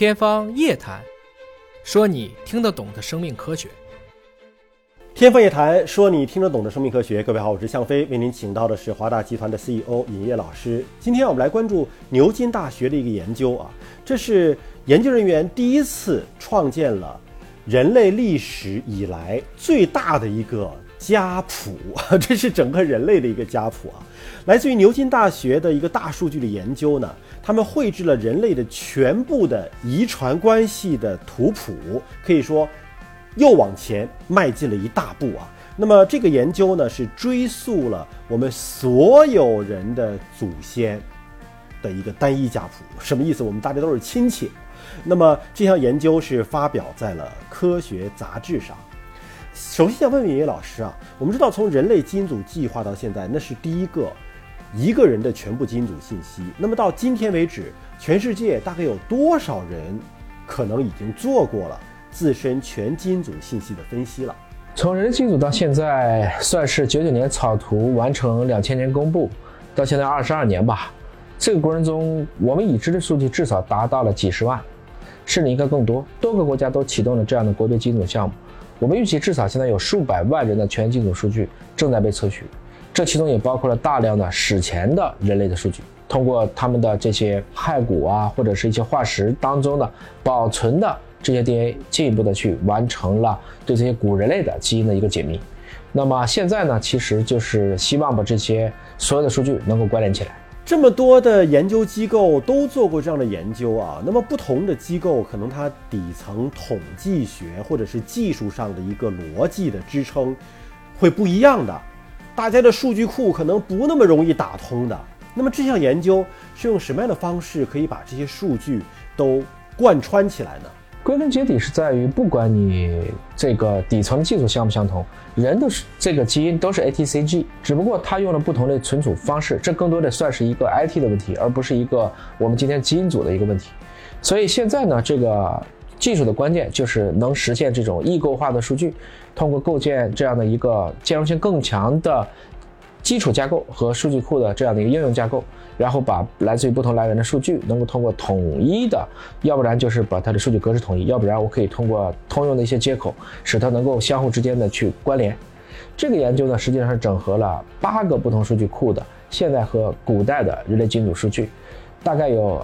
天方夜谭，说你听得懂的生命科学。 天方夜谭，说你听得懂的生命科学。各位好，我是向飞，为您请到的是华大集团的 CEO 尹烨老师。今天我们来关注牛津大学的一个研究啊，这是研究人员第一次创建了人类历史以来最大的一个家谱，这是整个人类的一个家谱啊。来自于牛津大学的一个大数据的研究呢，他们绘制了人类的全部的遗传关系的图谱，可以说又往前迈进了一大步啊。那么这个研究呢，是追溯了我们所有人的祖先的一个单一家谱。什么意思？我们大家都是亲戚。那么这项研究是发表在了科学杂志上。首先想问问尹烨老师啊，我们知道从人类基因组计划到现在，那是第一个人的全部基因组信息。那么到今天为止，全世界大概有多少人可能已经做过了自身全基因组信息的分析了？ 从人类基因组到现在，算是99年草图完成2000年公布，到现在22年吧。这个过程中，我们已知的数据至少达到了几十万，甚至应该更多。多个国家都启动了这样的国别基因组项目。我们预计至少现在有数百万人的全基因组数据正在被测序，这其中也包括了大量的史前的人类的数据，通过他们的这些骸骨啊，或者是一些化石当中的保存的这些 DNA， 进一步的去完成了对这些古人类的基因的一个解密。那么现在呢，其实就是希望把这些所有的数据能够关联起来。 这么多的研究机构都做过这样的研究啊，那么不同的机构可能它底层统计学或者是技术上的一个逻辑的支撑会不一样的，大家的数据库可能不那么容易打通的。那么这项研究是用什么样的方式可以把这些数据都贯穿起来呢？ 归根结底是在于，不管你这个底层技术相不相同，人的这个基因都是 ATCG， 只不过它用了不同的存储方式，这更多的算是一个 IT 的问题，而不是一个我们今天基因组的一个问题。所以现在呢，这个技术的关键就是能实现这种异构化的数据，通过构建这样的一个兼容性更强的基础架构和数据库的这样的一个应用架构，然后把来自于不同来源的数据能够通过统一的，要不然就是把它的数据格式统一，要不然我可以通过通用的一些接口，使它能够相互之间的去关联。这个研究呢，实际上是整合了8个不同数据库的现代和古代的人类基因组数据，大概有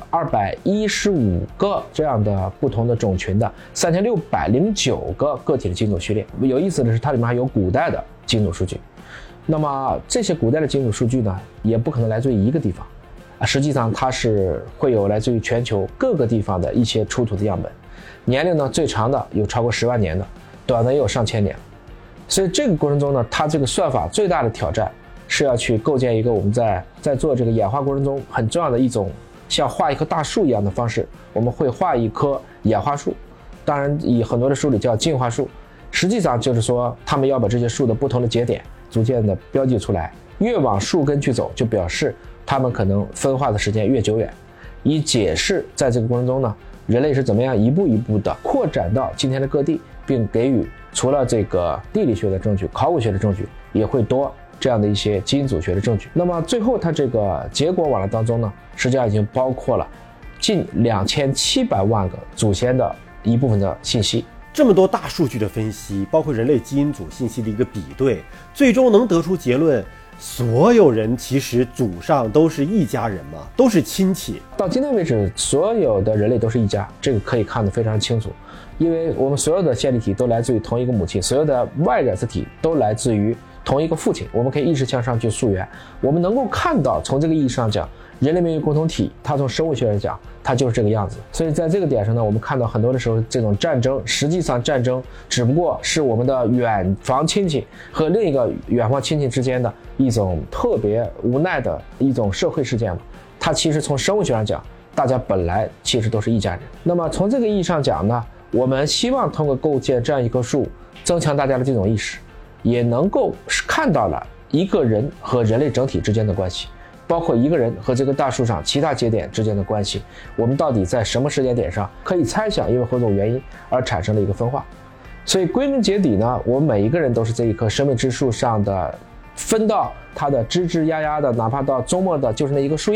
215个这样的不同的种群的3609个个体的基因组序列。有意思的是，它里面还有古代的基因组数据。那么这些古代的基因组数据呢，也不可能来自于一个地方实际上它是会有来自于全球各个地方的一些出土的样本，年龄呢最长的有超过10万年的，短的也有上千年。所以这个过程中呢，它这个算法最大的挑战是要去构建一个我们在做这个演化过程中很重要的一种像画一棵大树一样的方式，我们会画一棵演化树，当然以很多的书里叫进化树，实际上就是说他们要把这些树的不同的节点逐渐的标记出来，越往树根去走，就表示它们可能分化的时间越久远，以解释在这个过程中呢，人类是怎么样一步一步的扩展到今天的各地，并给予除了这个地理学的证据、考古学的证据，也会多这样的一些基因组学的证据。那么最后它这个结果网络当中呢，实际上已经包括了近2700万个祖先的一部分的信息。 这么多大数据的分析，包括人类基因组信息的一个比对，最终能得出结论，所有人其实祖上都是一家人嘛，都是亲戚。 到今天为止，所有的人类都是一家，这个可以看得非常清楚，因为我们所有的线粒体都来自于同一个母亲，所有的 Y 染色体都来自于同一个父亲，我们可以一直向上去溯源，我们能够看到，从这个意义上讲，人类命运共同体，它从生物学上讲，它就是这个样子。所以在这个点上呢，我们看到很多的时候，这种战争，实际上战争只不过是我们的远房亲戚和另一个远房亲戚之间的一种特别无奈的一种社会事件嘛。它其实从生物学上讲，大家本来其实都是一家人。那么从这个意义上讲呢，我们希望通过构建这样一棵树，增强大家的这种意识，也能够看到了一个人和人类整体之间的关系，包括一个人和这个大树上其他节点之间的关系，我们到底在什么时间点上可以猜想因为何种原因而产生了一个分化。所以归根结底呢，我们每一个人都是这一棵生命之树上的分到它的枝枝丫丫的，哪怕到周末的就是那一个树叶，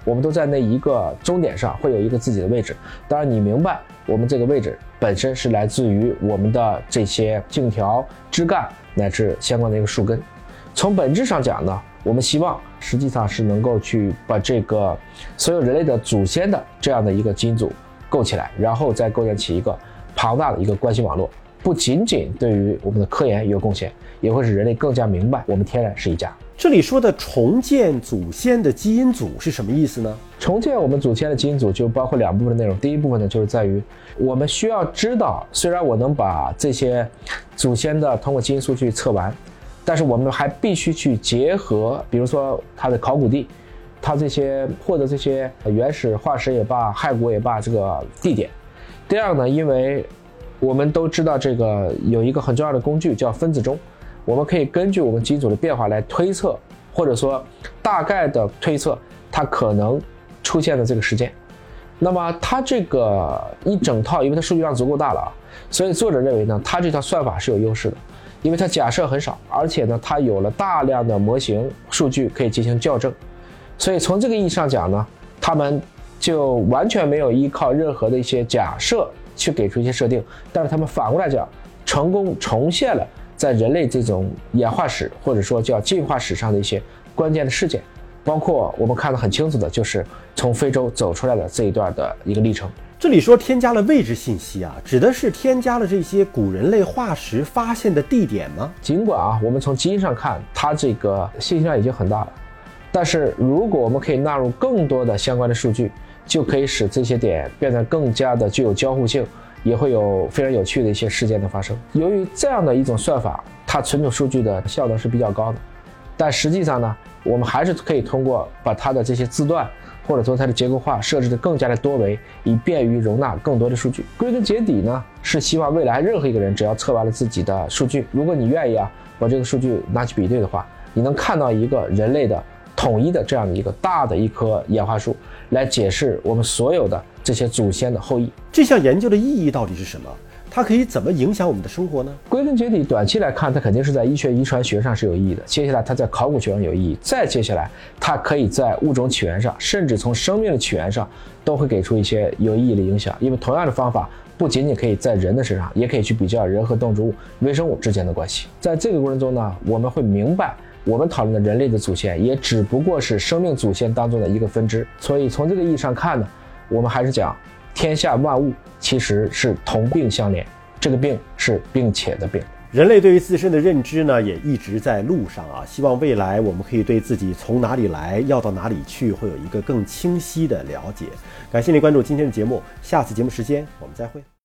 我们都在那一个终点上会有一个自己的位置。当然你明白我们这个位置本身是来自于我们的这些茎条、枝干乃至相关的一个树根。从本质上讲呢，我们希望实际上是能够去把这个所有人类的祖先的这样的一个基因组构起来，然后再构建起一个庞大的一个关系网络，不仅仅对于我们的科研有贡献，也会使人类更加明白我们天然是一家。 这里说的重建祖先的基因组是什么意思呢？ 重建我们祖先的基因组就包括2部分的内容。第一部分呢，就是在于我们需要知道，虽然我能把这些祖先的通过基因数据测完，但是我们还必须去结合，比如说它的考古地，它这些获得这些原始化石也罢、骸骨也罢这个地点。第二呢，因为我们都知道这个有一个很重要的工具叫分子钟，我们可以根据我们基因组的变化来推测，或者说大概的推测它可能出现的这个时间。那么它这个一整套，因为它数据量足够大了啊，所以作者认为呢，它这套算法是有优势的，因为它假设很少，而且呢，它有了大量的模型数据可以进行校正。所以从这个意义上讲呢，他们就完全没有依靠任何的一些假设去给出一些设定，但是他们反过来讲，成功重现了在人类这种演化史或者说叫进化史上的一些关键的事件，包括我们看得很清楚的就是从非洲走出来的这一段的一个历程。 这里说添加了位置信息啊，指的是添加了这些古人类化石发现的地点吗？ 尽管啊，我们从基因上看，它这个信息量已经很大了，但是如果我们可以纳入更多的相关的数据，就可以使这些点变得更加的具有交互性，也会有非常有趣的一些事件的发生。由于这样的一种算法，它存储数据的效能是比较高的，但实际上呢，我们还是可以通过把它的这些字段或者说它的结构化设置的更加的多维，以便于容纳更多的数据。归根结底呢，是希望未来任何一个人只要测完了自己的数据，如果你愿意啊，把这个数据拿去比对的话，你能看到一个人类的统一的这样的一个大的一棵演化树，来解释我们所有的这些祖先的后裔。 这项研究的意义到底是什么？它可以怎么影响我们的生活呢？ 归根结底，短期来看，它肯定是在医学遗传学上是有意义的。接下来，它在考古学上有意义。再接下来，它可以在物种起源上，甚至从生命的起源上，都会给出一些有意义的影响。因为同样的方法，不仅仅可以在人的身上，也可以去比较人和动植物、微生物之间的关系。在这个过程中呢，我们会明白，我们讨论的人类的祖先，也只不过是生命祖先当中的一个分支。所以从这个意义上看呢，我们还是讲天下万物其实是同病相怜，这个病是并且的病。 人类对于自身的认知呢，也一直在路上啊。希望未来我们可以对自己从哪里来，要到哪里去，会有一个更清晰的了解。感谢您关注今天的节目，下次节目时间我们再会。